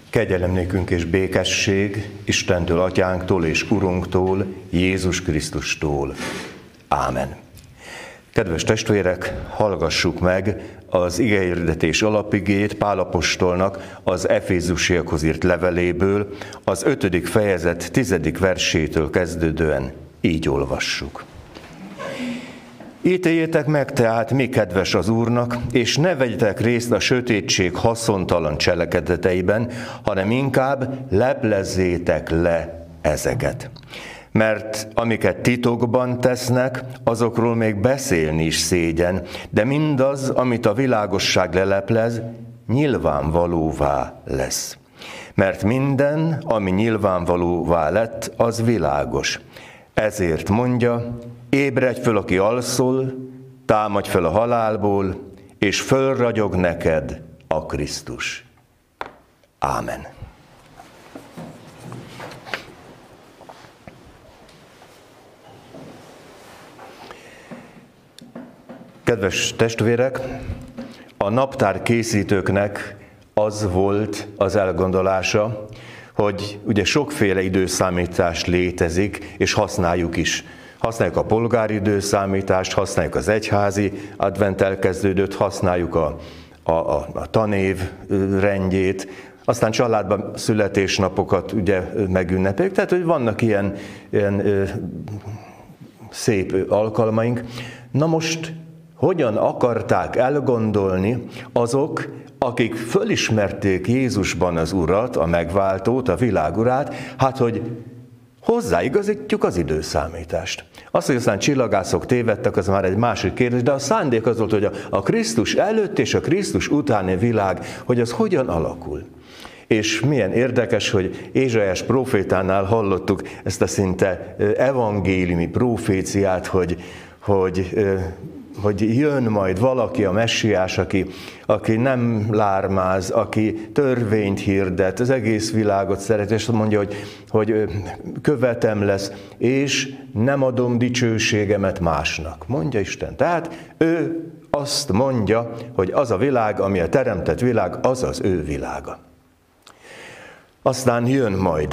Kegyelem nékünk és békesség Istentől, Atyánktól és Urunktól, Jézus Krisztustól. Ámen. Kedves testvérek, hallgassuk meg az igehirdetés alapigét Pál apostolnak az Efézusiakhoz írt leveléből, az 5. fejezet 10. versétől kezdődően így olvassuk. Ítéljétek meg tehát, mi kedves az Úrnak, és ne vegyetek részt a sötétség haszontalan cselekedeteiben, hanem inkább leplezzétek le ezeket. Mert amiket titokban tesznek, azokról még beszélni is szégyen, de mindaz, amit a világosság leleplez, nyilvánvalóvá lesz. Mert minden, ami nyilvánvalóvá lett, az világos. Ezért mondja, ébredj föl, aki alszol, támadj fel a halálból, és fölragyog neked a Krisztus. Ámen. Kedves testvérek, a naptár készítőknek az volt az elgondolása, hogy ugye sokféle időszámítás létezik, és használjuk is. Használjuk a polgári időszámítást, használjuk az egyházi adventtel kezdődőt, használjuk a tanév rendjét, aztán családban születésnapokat ugye megünnepeljük, tehát hogy vannak ilyen szép alkalmaink. Na most hogyan akarták elgondolni azok, akik fölismerték Jézusban az Urat, a megváltót, a világ urát, hát hogy hozzáigazítjuk az időszámítást. Az, hogy aztán csillagászok tévedtek, az már egy másik kérdés, de a szándék az volt, hogy a Krisztus előtt és a Krisztus utáni világ, hogy az hogyan alakul. És milyen érdekes, hogy Ézsaiás prófétánál hallottuk ezt a szinte evangéliumi proféciát, hogy jön majd valaki, a messiás, aki nem lármáz, aki törvényt hirdet, az egész világot szeret, és mondja, hogy követem lesz, és nem adom dicsőségemet másnak, mondja Isten. Tehát ő azt mondja, hogy az a világ, ami a teremtett világ, az az ő világa. Aztán jön majd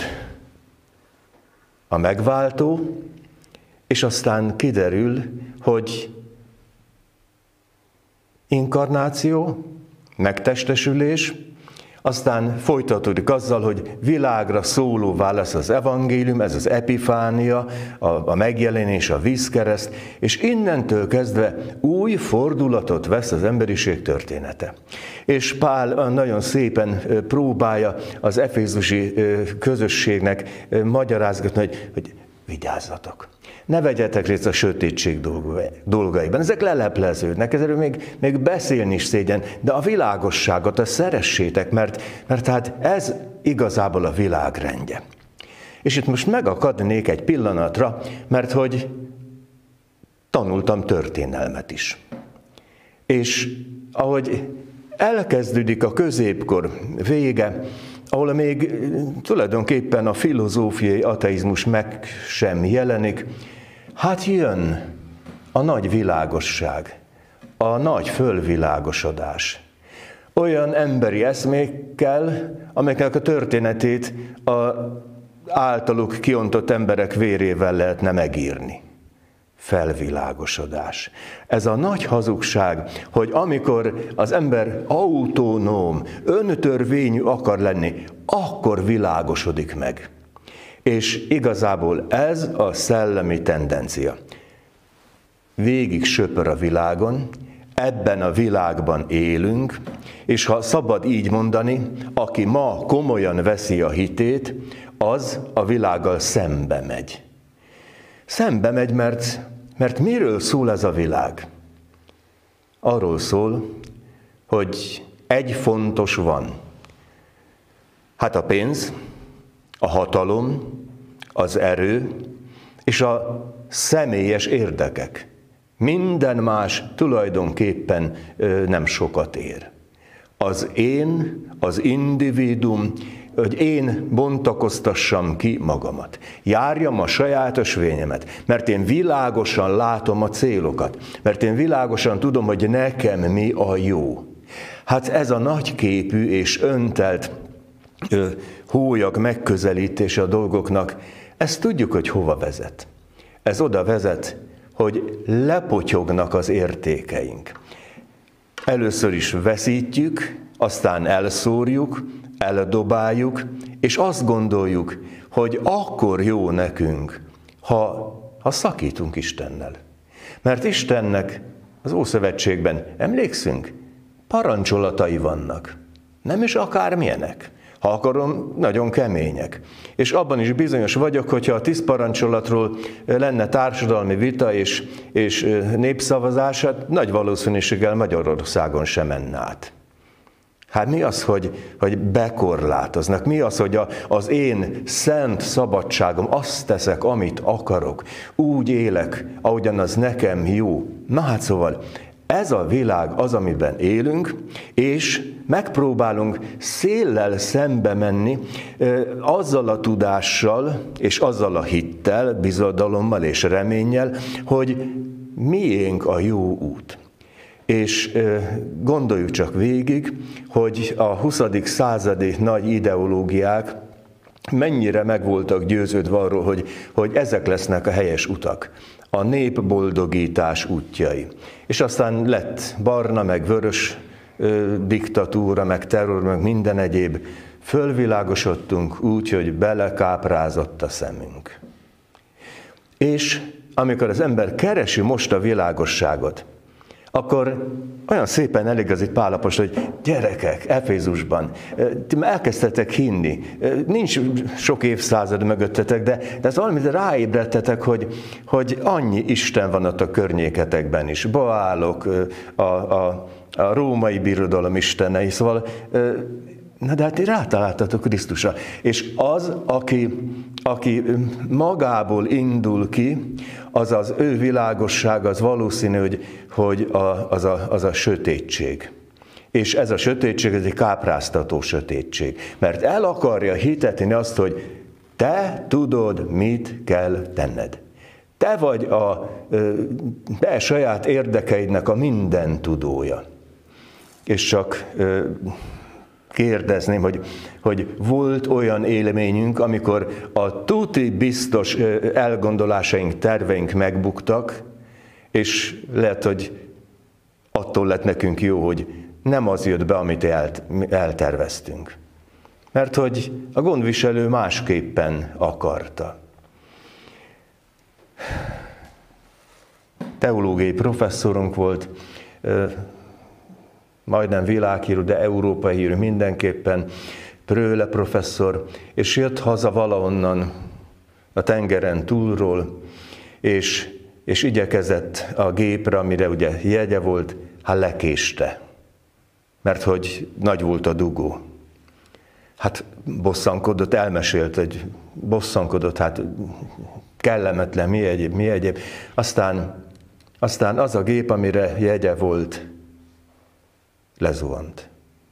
a megváltó, és aztán kiderül, hogy inkarnáció, megtestesülés, aztán folytatódik azzal, hogy világra szólóvá lesz az evangélium, ez az epifánia, a megjelenés, a vízkereszt, és innentől kezdve új fordulatot vesz az emberiség története. És Pál nagyon szépen próbálja az efézusi közösségnek magyarázgatni, hogy vigyázzatok. Ne vegyetek részt a sötétség dolgaiban. Ezek lelepleződnek, ezzel még beszélni is szégyen, de a világosságot azt szeressétek, mert hát ez igazából a világ rendje. És itt most megakadnék egy pillanatra, mert hogy tanultam történelmet is. És ahogy elkezdődik a középkor vége, ahol még tulajdonképpen a filozófiai ateizmus meg sem jelenik, hát jön a nagy világosság, a nagy fölvilágosodás. Olyan emberi eszmékkel, amelyeknek a történetét az általuk kiontott emberek vérével lehetne megírni. Felvilágosodás. Ez a nagy hazugság, hogy amikor az ember autonóm, öntörvényű akar lenni, akkor világosodik meg. És igazából ez a szellemi tendencia. Végig söpör a világon, ebben a világban élünk, és ha szabad így mondani, aki ma komolyan veszi a hitét, az a világgal szembe megy. Szembe megy, mert miről szól ez a világ? Arról szól, hogy egy fontos van. Hát a pénz, a hatalom, az erő és a személyes érdekek. Minden más tulajdonképpen nem sokat ér. Az én, az individuum, hogy én bontakoztassam ki magamat. Járjam a saját ösvényemet, mert én világosan látom a célokat, mert én világosan tudom, hogy nekem mi a jó. Hát ez a nagyképű és öntelt hólyag megközelítése a dolgoknak, ezt tudjuk, hogy hova vezet. Ez oda vezet, hogy lepotyognak az értékeink. Először is veszítjük, aztán elszórjuk, eldobáljuk, és azt gondoljuk, hogy akkor jó nekünk, ha szakítunk Istennel. Mert Istennek az Ószövetségben, emlékszünk, parancsolatai vannak. Nem is akármilyenek. Ha akarom, nagyon kemények. És abban is bizonyos vagyok, hogyha a 10 parancsolatról lenne társadalmi vita és népszavazás, hát nagy valószínűséggel Magyarországon sem menne át. Hát mi az, hogy bekorlátoznak? Mi az, hogy az én szent szabadságom, azt teszek, amit akarok, úgy élek, ahogyan az nekem jó. Na hát szóval, ez a világ az, amiben élünk, és megpróbálunk széllel szembe menni azzal a tudással, és azzal a hittel, bizodalommal és reménnyel, hogy miénk a jó út. És gondoljuk csak végig, hogy a 20. századi nagy ideológiák mennyire meg voltak győződve arról, hogy ezek lesznek a helyes utak, a népboldogítás útjai. És aztán lett barna, meg vörös diktatúra, meg terror, meg minden egyéb. Fölvilágosodtunk úgy, hogy belekáprázott a szemünk. És amikor az ember keresi most a világosságot, akkor olyan szépen eligazít Pál apostol, hogy gyerekek, Efézusban, ti elkezdtetek hinni, nincs sok évszázad mögöttetek, de ez valamit ráébredtetek, hogy annyi Isten van ott a környéketekben is. Baálok, a római birodalom istenei, szóval, na de hát rátaláltatok Krisztusra. És az, aki magából indul ki, az ő világosság, az valószínű, hogy az a sötétség. És ez a sötétség, ez egy kápráztató sötétség. Mert el akarja hitetni azt, hogy te tudod, mit kell tenned. Te vagy a te saját érdekeidnek a minden tudója. És csak kérdezném, hogy volt olyan élményünk, amikor a tuti biztos elgondolásaink, terveink megbuktak, és lehet, hogy attól lett nekünk jó, hogy nem az jött be, amit elterveztünk. Mert hogy a gondviselő másképpen akarta. Teológiai professzorunk volt, majdnem világhírű, de európai hírű mindenképpen, Pröhle professzor, és jött haza valahonnan a tengeren túlról, és igyekezett a gépre, amire ugye jegye volt, hát lekéste, mert hogy nagy volt a dugó. Hát bosszankodott, elmesélt, hogy bosszankodott, hát kellemetlen, mi egyéb. Aztán az a gép, amire jegye volt, lezuhant.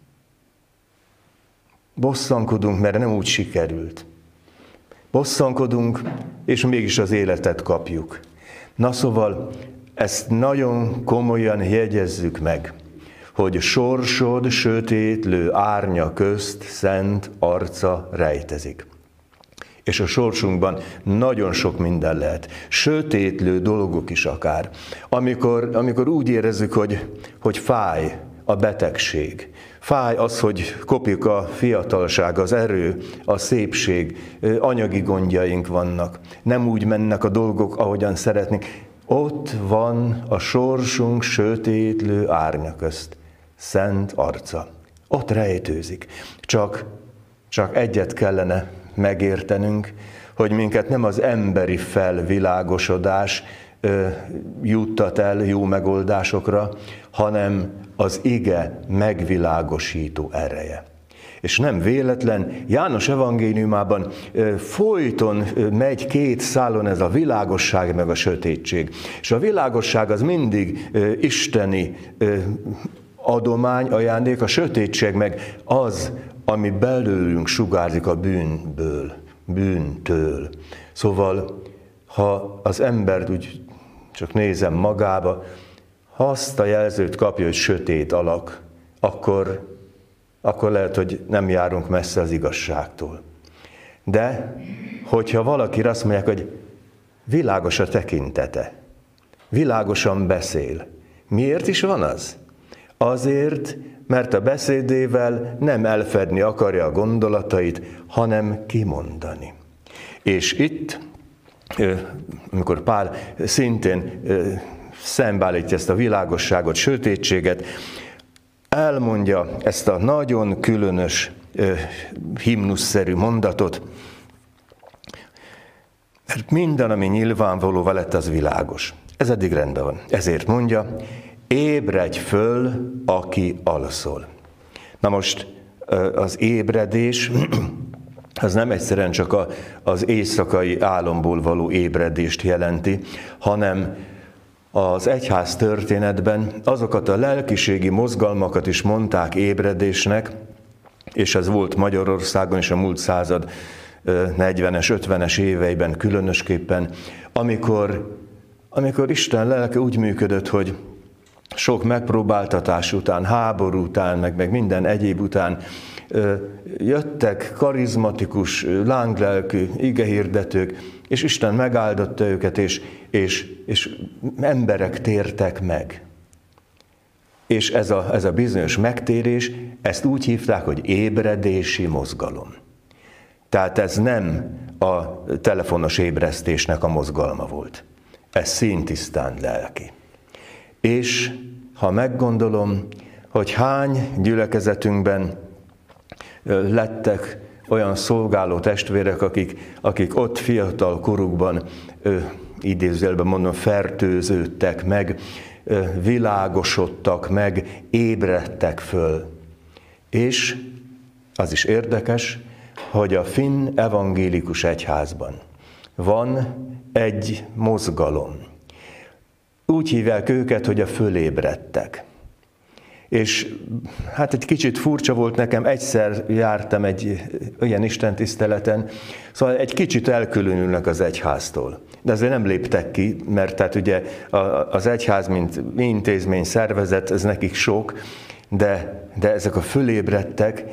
Bosszankodunk, mert nem úgy sikerült. Bosszankodunk, és mégis az életet kapjuk. Na szóval, ezt nagyon komolyan jegyezzük meg, hogy sorsod sötétlő árnya közt szent arca rejtezik. És a sorsunkban nagyon sok minden lehet. Sötétlő dolgok is akár. Amikor úgy érezzük, hogy fáj a betegség, fáj az, hogy kopik a fiatalság, az erő, a szépség, anyagi gondjaink vannak, nem úgy mennek a dolgok, ahogyan szeretnénk. Ott van a sorsunk sötétlő árnya közt, szent arca. Ott rejtőzik. Csak egyet kellene megértenünk, hogy minket nem az emberi felvilágosodás juttat el jó megoldásokra, hanem az ige megvilágosító ereje. És nem véletlen, János evangéliumában folyton megy két szálon ez a világosság meg a sötétség. És a világosság az mindig isteni adomány, ajándék, a sötétség meg az, ami belőlünk sugárzik a bűntől. Szóval, ha az embert úgy csak nézem magába, ha azt a jelzőt kapja, hogy sötét alak, akkor akkor lehet, hogy nem járunk messze az igazságtól. De hogyha valakire azt mondják, hogy világos a tekintete, világosan beszél, miért is van az? Azért, mert a beszédével nem elfedni akarja a gondolatait, hanem kimondani. És itt, amikor Pál szintén szembeállítja ezt a világosságot, sötétséget, elmondja ezt a nagyon különös himnuszszerű mondatot, mert minden, ami nyilvánvaló veled, az világos. Ez eddig rendben van. Ezért mondja, ébredj föl, aki alszol. Na most az ébredés, az nem egyszerűen csak az éjszakai álomból való ébredést jelenti, hanem az egyház történetben azokat a lelkiségi mozgalmakat is mondták ébredésnek, és ez volt Magyarországon is a múlt század 40-es, 50-es éveiben különösképpen, amikor Isten lelke úgy működött, hogy sok megpróbáltatás után, háború után, meg minden egyéb után jöttek karizmatikus, lánglelkű igehirdetők, és Isten megáldotta őket, és emberek tértek meg. És ez a bizonyos megtérés, ezt úgy hívták, hogy ébredési mozgalom. Tehát ez nem a telefonos ébresztésnek a mozgalma volt. Ez színtisztán lelki. És ha meggondolom, hogy hány gyülekezetünkben lettek olyan szolgáló testvérek, akik ott fiatal korukban, idézőjelben mondom, fertőződtek meg, világosodtak meg, ébredtek föl. És az is érdekes, hogy a finn evangélikus egyházban van egy mozgalom. Úgy hívják őket, hogy a fölébredtek. És hát egy kicsit furcsa volt nekem, egyszer jártam egy olyan istentiszteleten, szóval egy kicsit elkülönülnek az egyháztól. De azért nem léptek ki, mert tehát ugye az egyház, mint intézmény, szervezet, ez nekik sok, de ezek a fölébredtek,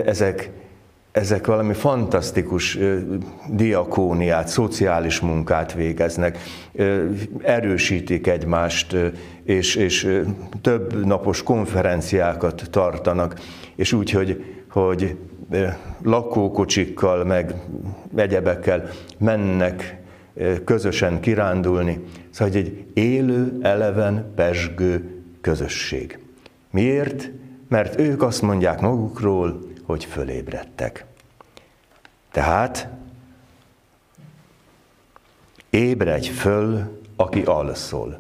ezek valami fantasztikus diakóniát, szociális munkát végeznek, erősítik egymást, és több napos konferenciákat tartanak, és úgy, hogy lakókocsikkal, meg egyebekkel mennek közösen kirándulni. Szóval egy élő, eleven, pezsgő közösség. Miért? Mert ők azt mondják magukról, hogy fölébredtek. Tehát ébredj föl, aki alszol.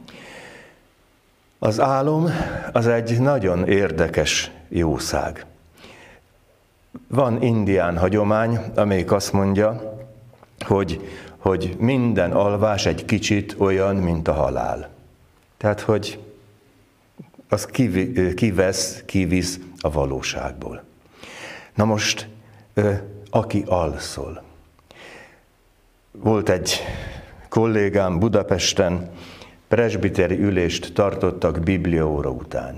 Az álom az egy nagyon érdekes jószág. Van indián hagyomány, amelyik azt mondja, hogy minden alvás egy kicsit olyan, mint a halál. Tehát, hogy az kivisz a valóságból. Na most, aki alszol. Volt egy kollégám Budapesten, presbiteri ülést tartottak bibliaóra után.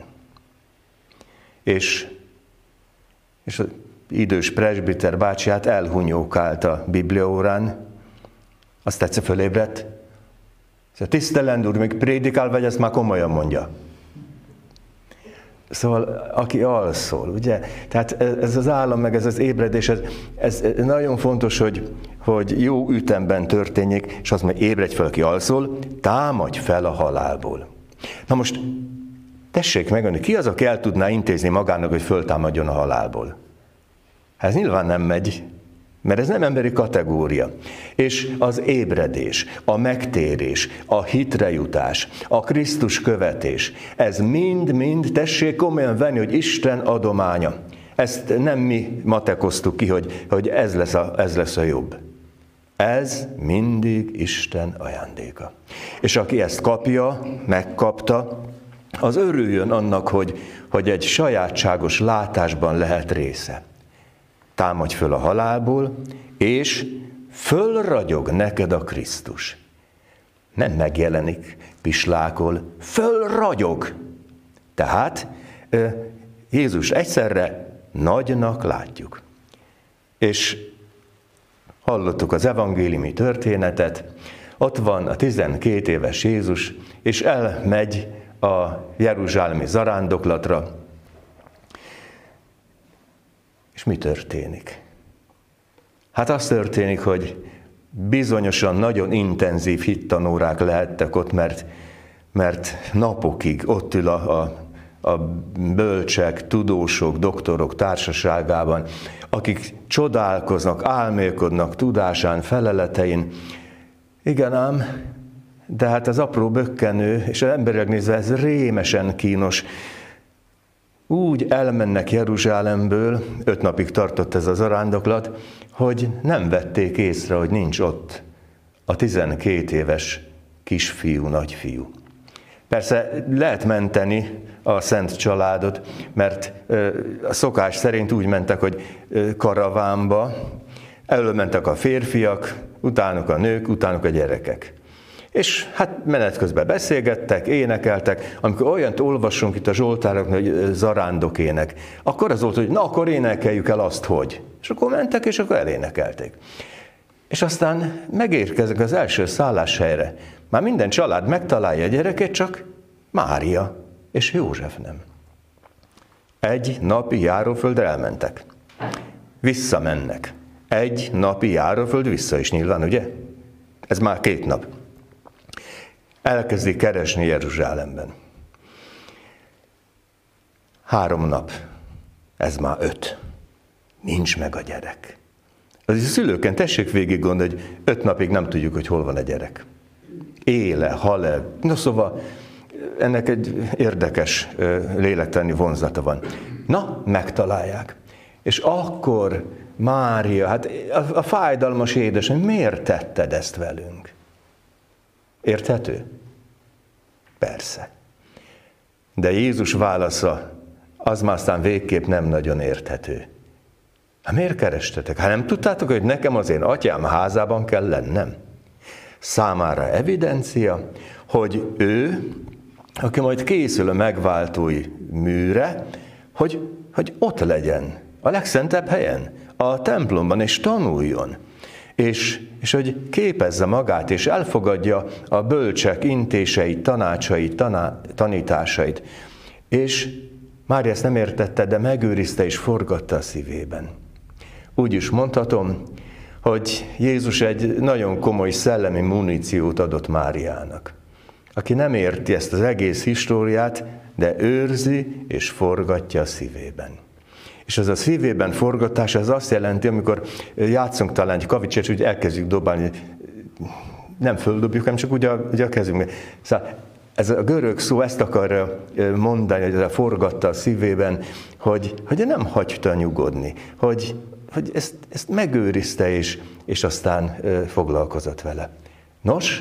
És az idős presbiter bácsiát elhunyókált a bibliaórán, azt egyszer fölébredt. Tisztelend úr, még prédikál, vagy ezt már komolyan mondja. Szóval, aki alszol, ugye? Tehát ez az álom, meg ez az ébredés, ez nagyon fontos, hogy jó ütemben történjék, és azt mondja, ébredj fel, aki alszol, támadj fel a halálból. Na most, tessék megmondani, ki az, aki el tudná intézni magának, hogy föltámadjon a halálból? Hát ez nyilván nem megy, mert ez nem emberi kategória. És az ébredés, a megtérés, a hitrejutás, a Krisztus követés, ez mind-mind tessék komolyan venni, hogy Isten adománya. Ezt nem mi matekoztuk ki, hogy ez lesz a jobb. Ez mindig Isten ajándéka. És aki ezt kapja, megkapta, az örüljön annak, hogy egy sajátságos látásban lehet része. Támadj föl a halálból, és fölragyog neked a Krisztus. Nem megjelenik, pislákol, fölragyog. Tehát Jézus egyszerre nagynak látjuk. És hallottuk az evangéliumi történetet, ott van a 12 éves Jézus, és elmegy a jeruzsálemi zarándoklatra. És mi történik? Hát az történik, hogy bizonyosan nagyon intenzív hittanórák lehettek ott, mert napokig ott ül a bölcsek, tudósok, doktorok társaságában, akik csodálkoznak, álmélkodnak tudásán, feleletein. Igen ám, de hát az apró bökkenő, és az emberek nézve ez rémesen kínos. Úgy elmennek Jeruzsálemből, 5 napig tartott ez a zarándoklat, hogy nem vették észre, hogy nincs ott a 12 éves kisfiú, nagyfiú. Persze lehet menteni a szent családot, mert a szokás szerint úgy mentek, hogy karavánba, elől mentek a férfiak, utánuk a nők, utánuk a gyerekek. És hát menet közben beszélgettek, énekeltek, amikor olyant olvassunk itt a Zsoltároknak, hogy zarándokének, akkor az volt, hogy na, akkor énekeljük el azt, hogy. És akkor mentek, és akkor elénekelték. És aztán megérkeznek az első szálláshelyre. Már minden család megtalálja a gyereket, csak Mária és József nem. Egy napi járóföldre elmentek. Visszamennek. Egy napi járóföld vissza is nyilván, ugye? Ez már 2 nap. Elkezdik keresni Jeruzsálemben. 3 nap. Ez már 5. Nincs meg a gyerek. Az a szülőken tessék végig gondolni, hogy 5 napig nem tudjuk, hogy hol van a gyerek. Éle, hal-e. No szóval ennek egy érdekes lélektani vonzata van. Na, megtalálják. És akkor Mária, hát a fájdalmas édesanyja, miért tetted ezt velünk? Érthető? Persze. De Jézus válasza, az már aztán végképp nem nagyon érthető. Hát miért kerestetek? Hát nem tudtátok, hogy nekem az én atyám házában kell lennem? Számára evidencia, hogy ő, aki majd készül a megváltói műre, hogy ott legyen, a legszentebb helyen, a templomban, és tanuljon. És hogy képezze magát, és elfogadja a bölcsek intéseit, tanácsait, tanításait. És Mária ezt nem értette, de megőrizte és forgatta a szívében. Úgy is mondhatom, hogy Jézus egy nagyon komoly szellemi muníciót adott Máriának, aki nem érti ezt az egész históriát, de őrzi és forgatja a szívében. És az a szívében forgatás, az azt jelenti, amikor játszunk talán egy kavicsot, úgy elkezdjük dobálni, nem földobjuk, hanem csak ugye a kezünkbe. Szóval ez a görög szó ezt akarja mondani, hogy ez forgatta a szívében, hogy nem hagyta nyugodni, hogy ezt megőrizte, és aztán foglalkozott vele. Nos,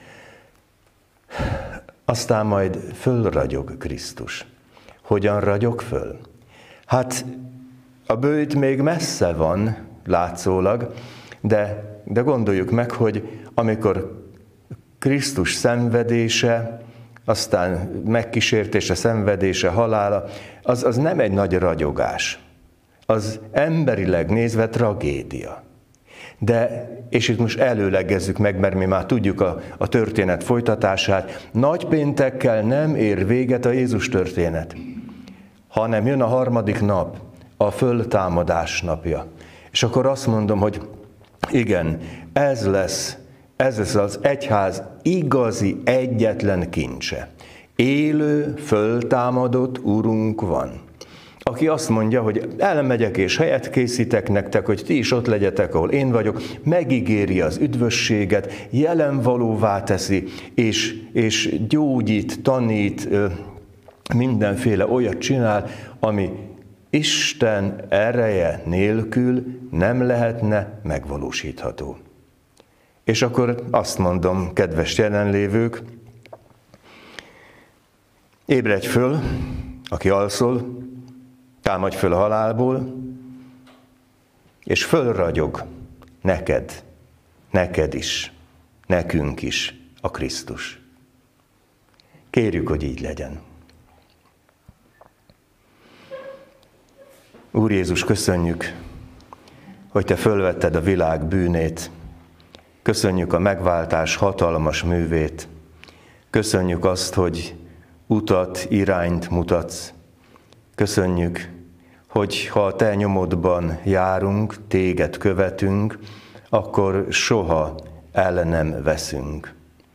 aztán majd fölragyog Krisztus. Hogyan ragyog föl? Hát a bőjt még messze van, látszólag, de gondoljuk meg, hogy amikor Krisztus szenvedése, aztán megkísértése, szenvedése, halála, az nem egy nagy ragyogás. Az emberileg nézve tragédia. És itt most előlegezzük meg, mert mi már tudjuk a történet folytatását, nagypéntekkel nem ér véget a Jézus történet, hanem jön a 3. nap, a föltámadás napja. És akkor azt mondom, hogy igen, ez lesz az egyház igazi egyetlen kincse. Élő, föltámadott Urunk van, aki azt mondja, hogy elmegyek és helyet készítek nektek, hogy ti is ott legyetek, ahol én vagyok, megígéri az üdvösséget, jelenvalóvá teszi, és gyógyít, tanít, mindenféle olyat csinál, ami Isten ereje nélkül nem lehetne megvalósítható. És akkor azt mondom, kedves jelenlévők, ébredj föl, aki alszol, támadj föl a halálból, és fölragyog neked is, nekünk is a Krisztus. Kérjük, hogy így legyen. Úr Jézus, köszönjük, hogy Te fölvetted a világ bűnét. Köszönjük a megváltás hatalmas művét. Köszönjük azt, hogy utat, irányt mutatsz. Köszönjük, hogy ha a Te nyomodban járunk, Téged követünk, akkor soha el nem veszünk.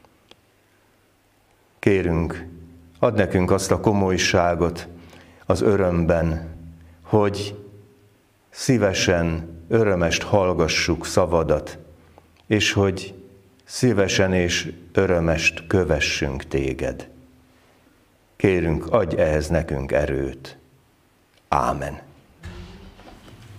Kérünk, add nekünk azt a komolyságot az örömben, hogy szívesen, örömest hallgassuk szavadat, és hogy szívesen és örömest kövessünk Téged. Kérünk, adj ehhez nekünk erőt. Ámen.